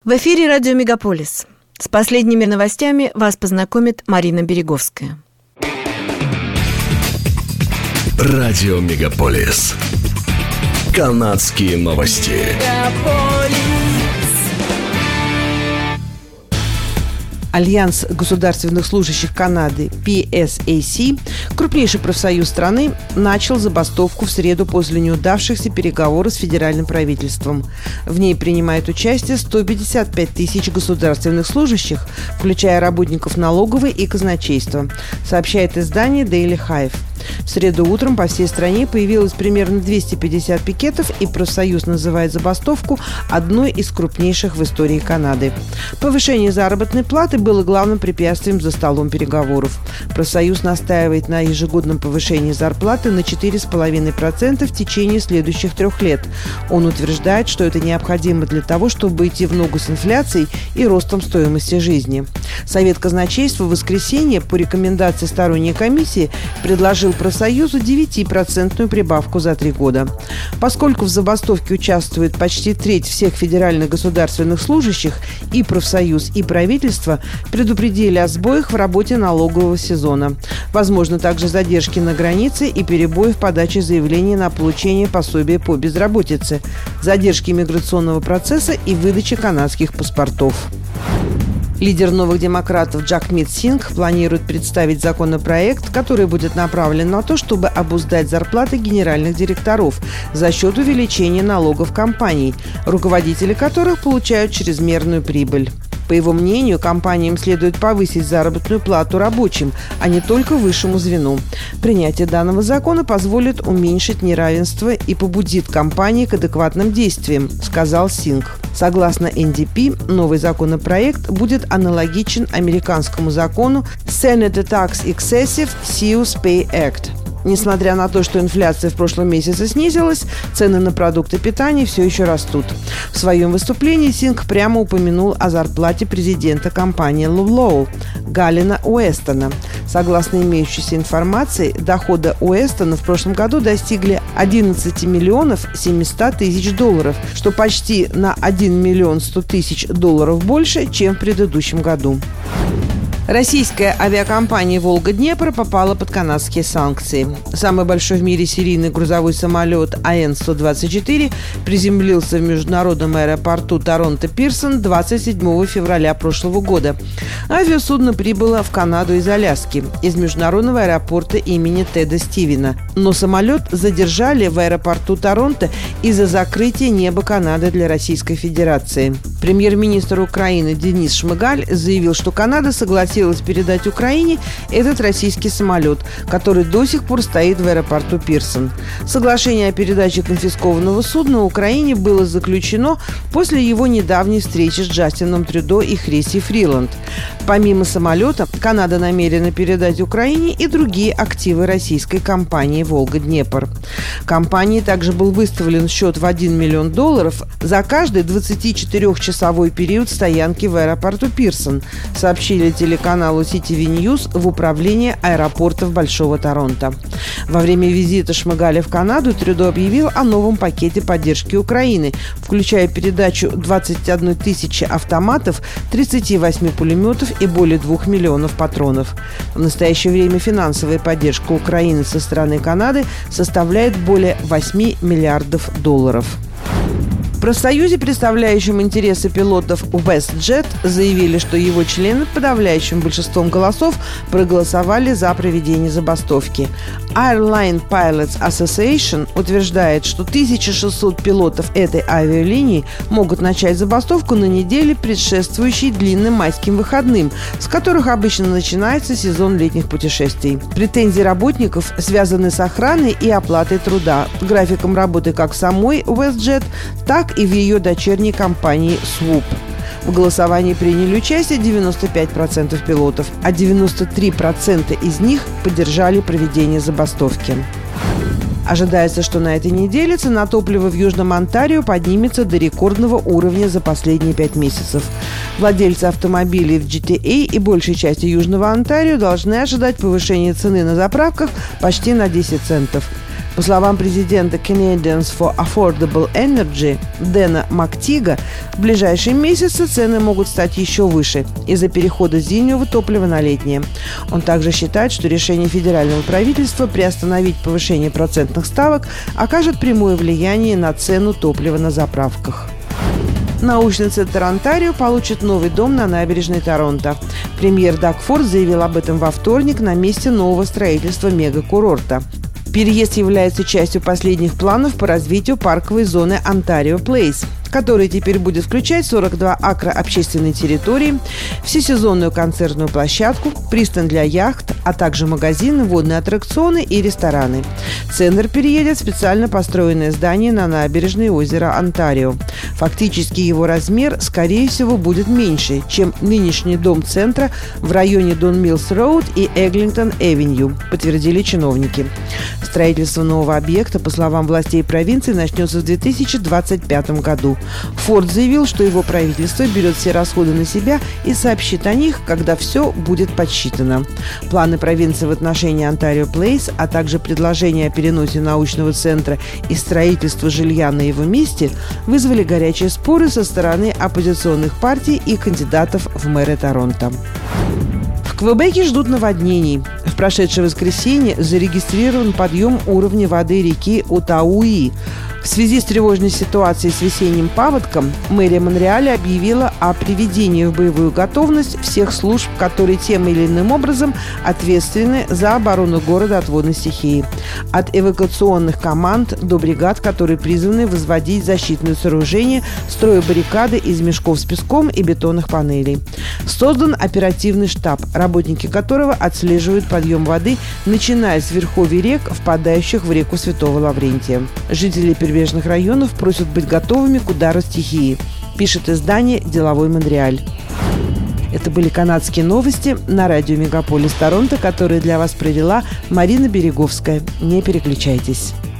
В эфире радио «Мегаполис». С последними новостями вас познакомит Марина Береговская. Радио «Мегаполис». Канадские новости. Альянс государственных служащих Канады PSAC, крупнейший профсоюз страны, начал забастовку в среду после неудавшихся переговоров с федеральным правительством. В ней принимает участие 155 тысяч государственных служащих, включая работников налоговой и казначейства, сообщает издание Daily Hive. В среду утром по всей стране появилось примерно 250 пикетов, и профсоюз называет забастовку одной из крупнейших в истории Канады. Повышение заработной платы было главным препятствием за столом переговоров. Профсоюз настаивает на ежегодном повышении зарплаты на 4,5% в течение следующих 3 лет. Он утверждает, что это необходимо для того, чтобы идти в ногу с инфляцией и ростом стоимости жизни. Совет казначейства в воскресенье по рекомендации сторонней комиссии предложил профсоюзу 9% прибавку за 3 года. Поскольку в забастовке участвует почти треть всех федеральных государственных служащих, и профсоюз, и правительство предупредили о сбоях в работе налогового сезона. Возможно также задержки на границе и перебои в подаче заявлений на получение пособия по безработице, задержки миграционного процесса и выдачи канадских паспортов. Лидер новых демократов Джагмит Сингх планирует представить законопроект, который будет направлен на то, чтобы обуздать зарплаты генеральных директоров за счет увеличения налогов компаний, руководители которых получают чрезмерную прибыль. По его мнению, компаниям следует повысить заработную плату рабочим, а не только высшему звену. Принятие данного закона позволит уменьшить неравенство и побудит компании к адекватным действиям, сказал Сингх. Согласно NDP, новый законопроект будет аналогичен американскому закону Senate Tax Excessive Use Pay Act. Несмотря на то, что инфляция в прошлом месяце снизилась, цены на продукты питания все еще растут. В своем выступлении Сингх прямо упомянул о зарплате президента компании Loblaw Галина Уэстона. Согласно имеющейся информации, доходы Уэстона в прошлом году достигли 11 миллионов 700 тысяч долларов, что почти на 1 миллион 100 тысяч долларов больше, чем в предыдущем году. Российская авиакомпания «Волга-Днепр» попала под канадские санкции. Самый большой в мире серийный грузовой самолет АН-124 приземлился в международном аэропорту Торонто-Пирсон 27 февраля прошлого года. Авиасудно прибыло в Канаду из Аляски, из международного аэропорта имени Теда Стивена. Но самолет задержали в аэропорту Торонто из-за закрытия неба Канады для Российской Федерации. Премьер-министр Украины Денис Шмыгаль заявил, что Канада согласилась передать Украине этот российский самолет, который до сих пор стоит в аэропорту Пирсон. Соглашение о передаче конфискованного судна Украине было заключено после его недавней встречи с Джастином Трюдо и Христи Фриланд. Помимо самолета, Канада намерена передать Украине и другие активы российской компании «Волга-Днепр». Компании также был выставлен счет в $1 миллион за каждый 24-часовой период стоянки в аэропорту Пирсон, сообщили телеканалу CTV News в управлении аэропортов Большого Торонто. Во время визита Шмыгаля в Канаду Трюдо объявил о новом пакете поддержки Украины, включая передачу 21 тысячи автоматов, 38 пулеметов и более 2 миллионов патронов. В настоящее время финансовая поддержка Украины со стороны Канады составляет более $8 миллиардов. В профсоюзе, представляющем интересы пилотов WestJet, заявили, что его члены подавляющим большинством голосов проголосовали за проведение забастовки. Airline Pilots Association утверждает, что 1600 пилотов этой авиалинии могут начать забастовку на неделе, предшествующей длинным майским выходным, с которых обычно начинается сезон летних путешествий. Претензии работников связаны с охраной и оплатой труда, графиком работы как самой WestJet, так и в ее дочерней компании Swoop. В голосовании приняли участие 95% пилотов, а 93% из них поддержали проведение забастовки. Ожидается, что на этой неделе цена топлива в Южном Онтарио поднимется до рекордного уровня за последние 5 месяцев. Владельцы автомобилей в GTA и большей части Южного Онтарио должны ожидать повышения цены на заправках почти на 10 центов. По словам президента Canadians for Affordable Energy Дэна Мактига, в ближайшие месяцы цены могут стать еще выше из-за перехода с зимнего топлива на летнее. Он также считает, что решение федерального правительства приостановить повышение процентных ставок окажет прямое влияние на цену топлива на заправках. Научный центр Онтарио получит новый дом на набережной Торонто. Премьер Даг Форд заявил об этом во вторник на месте нового строительства мегакурорта. Переезд является частью последних планов по развитию парковой зоны Онтарио Плейс, который теперь будет включать 42 акра общественной территории, всесезонную концертную площадку, пристань для яхт, а также магазины, водные аттракционы и рестораны. Центр переедет в специально построенное здание на набережной озера Онтарио. Фактически его размер, скорее всего, будет меньше, чем нынешний дом центра в районе Дон Миллс Роуд и Эглингтон-Эвенью, подтвердили чиновники. Строительство нового объекта, по словам властей провинции, начнется в 2025 году. Форд заявил, что его правительство берет все расходы на себя и сообщит о них, когда все будет подсчитано. Планы провинции в отношении Онтарио Плейс, а также предложение о переносе научного центра и строительства жилья на его месте вызвали горячие споры со стороны оппозиционных партий и кандидатов в мэры Торонто. В Квебеке ждут наводнений. В прошедшее воскресенье зарегистрирован подъем уровня воды реки Отауи. В связи с тревожной ситуацией с весенним паводком мэрия Монреаля объявила о приведении в боевую готовность всех служб, которые тем или иным образом ответственны за оборону города от водной стихии. От эвакуационных команд до бригад, которые призваны возводить защитные сооружения, строя баррикады из мешков с песком и бетонных панелей. Создан оперативный штаб, работники которого отслеживают подъем воды, начиная с верховий рек, впадающих в реку Святого Лаврентия. Жители прибрежных районов просят быть готовыми к удару стихии, пишет издание «Деловой Монреаль». Это были канадские новости на радио Мегаполис Торонто, которые для вас провела Марина Береговская. Не переключайтесь.